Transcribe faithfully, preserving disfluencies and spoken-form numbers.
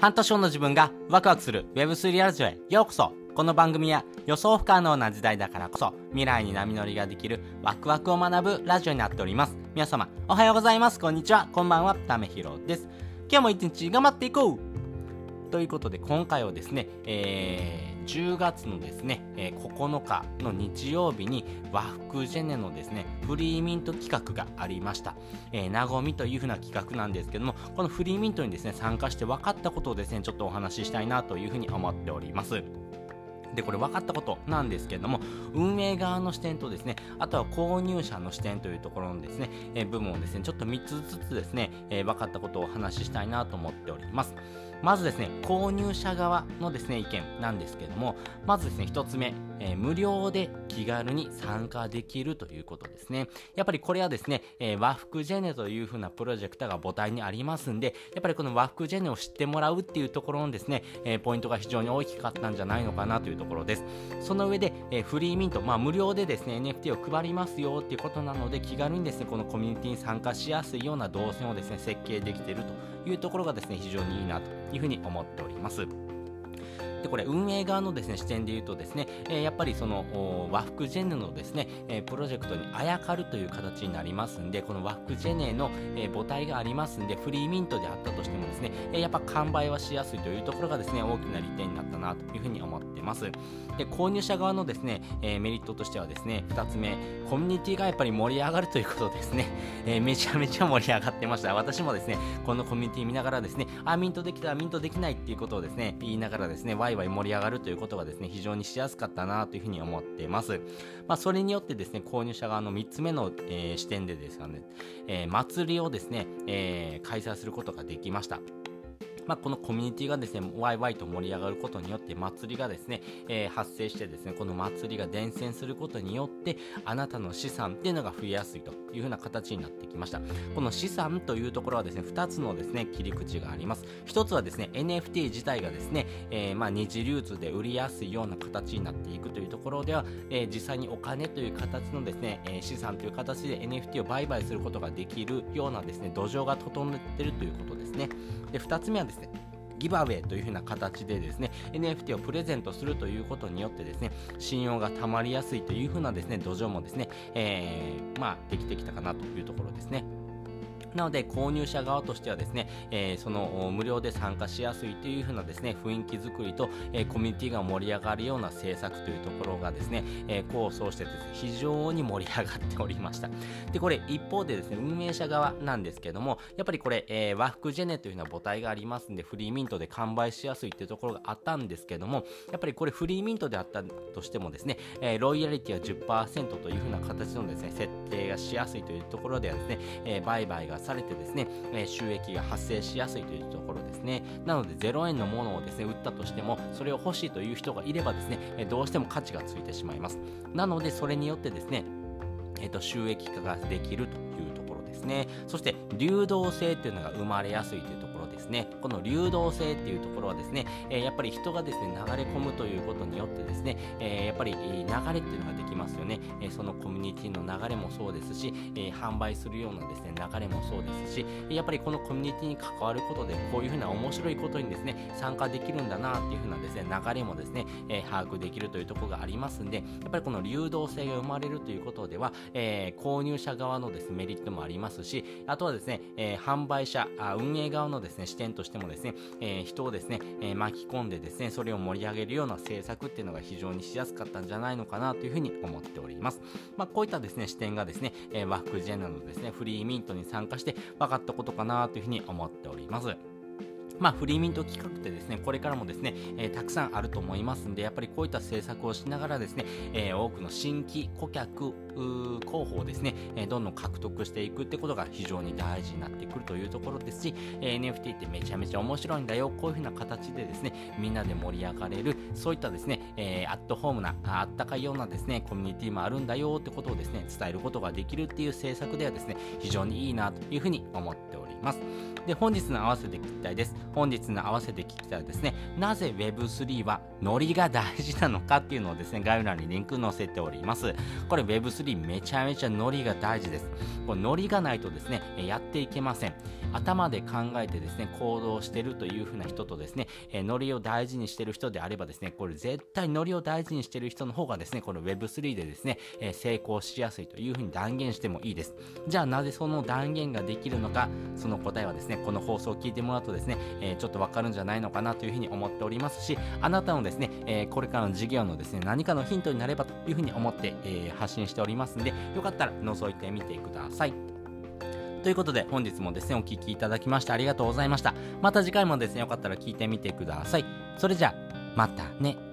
半年後の自分がワクワクする ウェブスリー ラジオへようこそ。この番組は予想不可能な時代だからこそ未来に波乗りができるワクワクを学ぶラジオになっております。皆様おはようございます、こんにちは、こんばんは、ためひろです。今日も一日頑張っていこうということで、今回はですね、えー、じゅうがつのですね、えー、ここのかの日曜日に和服ジェネのですねフリーミント企画がありました。えー、なごみというふうな企画なんですけども、このフリーミントにですね参加して分かったことをですねちょっとお話ししたいなというふうに思っております。でこれ分かったことなんですけれども、運営側の視点とですね、あとは購入者の視点というところのですね、えー、部分をですねちょっとみっつずつですね、えー、分かったことをお話ししたいなと思っております。まずですね、購入者側のですね意見なんですけれども、まずですねひとつめ、えー、無料で気軽に参加できるということですね。やっぱりこれはですね、えー、和服ジェネという風なプロジェクトが母体にありますんで、やっぱりこの和服ジェネを知ってもらうっていうところのですね、えー、ポイントが非常に大きかったんじゃないのかなというところです。その上で、えー、フリーミント、まあ無料でですね エヌエフティー を配りますよっていうことなので、気軽にですねこのコミュニティに参加しやすいような動線をですね設計できているというところがですね非常にいいなというふうに思っております。でこれ運営側のですね視点で言うとですね、えー、やっぱりその和服ジェネのですね、えー、プロジェクトにあやかるという形になりますんで、この和服ジェネの、えー、母体がありますんで、フリーミントであったとしてもですね、えー、やっぱ完売はしやすいというところがですね大きな利点になったなというふうに思っています。で購入者側のですね、えー、メリットとしてはですね、ふたつめ、コミュニティがやっぱり盛り上がるということですね。えー、めちゃめちゃ盛り上がってました。私もですねこのコミュニティ見ながらですね、あミントできたミントできないっていうことをですね言いながらですねワイワイ盛り上がるということがですね非常にしやすかったなというふうに思っています。まあ、それによってですね購入者側のみっつめの、えー、視点でですね、えー、祭りをですね、えー、開催することができました。まあ、このコミュニティがですねワイワイと盛り上がることによって祭りがですね、えー、発生してですね、この祭りが伝染することによってあなたの資産っていうのが増えやすいというふうな形になってきました。この資産というところはですねふたつのですね切り口があります。ひとつはですね エヌエフティー 自体がですね、えー、まあ二次流通で売りやすいような形になっていくというところでは、えー、実際にお金という形のですね、えー、資産という形で エヌエフティー を売買することができるようなですね土壌が整っているということですね。でふたつめはですねギブアウェイという風な形でですね エヌエフティー をプレゼントするということによってですね信用がたまりやすいという風なですね土壌もですね、えー、まあできてきたかなというところですね。なので購入者側としてはですね、えー、その無料で参加しやすいという風なですね雰囲気作りと、えー、コミュニティが盛り上がるような政策というところがですね、えー、構想してですね非常に盛り上がっておりました。でこれ一方でですね運営者側なんですけども、やっぱりこれ、えー、和服ジェネというような母体がありますんでフリーミントで完売しやすいというところがあったんですけども、やっぱりこれフリーミントであったとしてもですね、えー、ロイヤリティは じゅっパーセント という風な形のですね設定がしやすいというところではですね、えー、売買がされてですね、えー、収益が発生しやすいというところですね。なのでゼロえんのものをですね売ったとしても、それを欲しいという人がいればですね、えー、どうしても価値がついてしまいます。なのでそれによってですね、えー、と収益化ができるというところですね。そして流動性というのが生まれやすいというところですね。この流動性っていうところはですね、えー、やっぱり人がですね流れ込むということによってですね、えー、やっぱり流れっていうのができますよね。えー、そのコミュニティの流れもそうですし、えー、販売するようなですね流れもそうですし、やっぱりこのコミュニティに関わることでこういうふうな面白いことにですね参加できるんだなっていうふうなですね流れもですね、えー、把握できるというところがありますんで、やっぱりこの流動性が生まれるということでは、えー、購入者側のですねメリットもありますし、あとはですね、えー、販売者あ運営側のですね視点としてもですね、えー、人をですね、えー、巻き込んでですねそれを盛り上げるような政策っていうのが非常にしやすかったんじゃないのかなというふうに思っております。まあ、こういったですね視点がですね、えー、和服ジェネのですねフリーミントに参加して分かったことかなというふうに思っております。まあ、フリーミント企画ってですねこれからもですね、えー、たくさんあると思いますんで、やっぱりこういった政策をしながらですね、えー、多くの新規顧客候補をですね、えー、どんどん獲得していくってことが非常に大事になってくるというところですし、えー、エヌエフティー ってめちゃめちゃ面白いんだよ、こういう風な形でですねみんなで盛り上がれる、そういったですね、えー、アットホームなあったかいようなですねコミュニティもあるんだよってことをですね伝えることができるっていう政策ではですね非常にいいなというふうに思っております。で本日の合わせて聞きたいです。 本日の合わせて聞きたらですね、なぜ ウェブスリー はノリが大事なのかっていうのをですね、概要欄にリンク載せております。これ ウェブスリー めちゃめちゃノリが大事です。これノリがないとですね、やっていけません。頭で考えてですね、行動してるという風な人とですね、えノリを大事にしてる人であればですね、これ絶対ノリを大事にしてる人の方がですね、この ウェブスリー でですね、え成功しやすいという風に断言してもいいです。じゃあなぜその断言ができるのか、その答えはですね、この放送を聞いてもらうとですね、えー、ちょっとわかるんじゃないのかなという風に思っておりますし、あなたのですね、えー、これからの事業のですね、何かのヒントになればという風に思って、えー、発信しておりますので、よかったら覗いてみてください。ということで本日もですね、お聞きいただきましてありがとうございました。また次回もですね、よかったら聞いてみてください。それじゃあ、またね。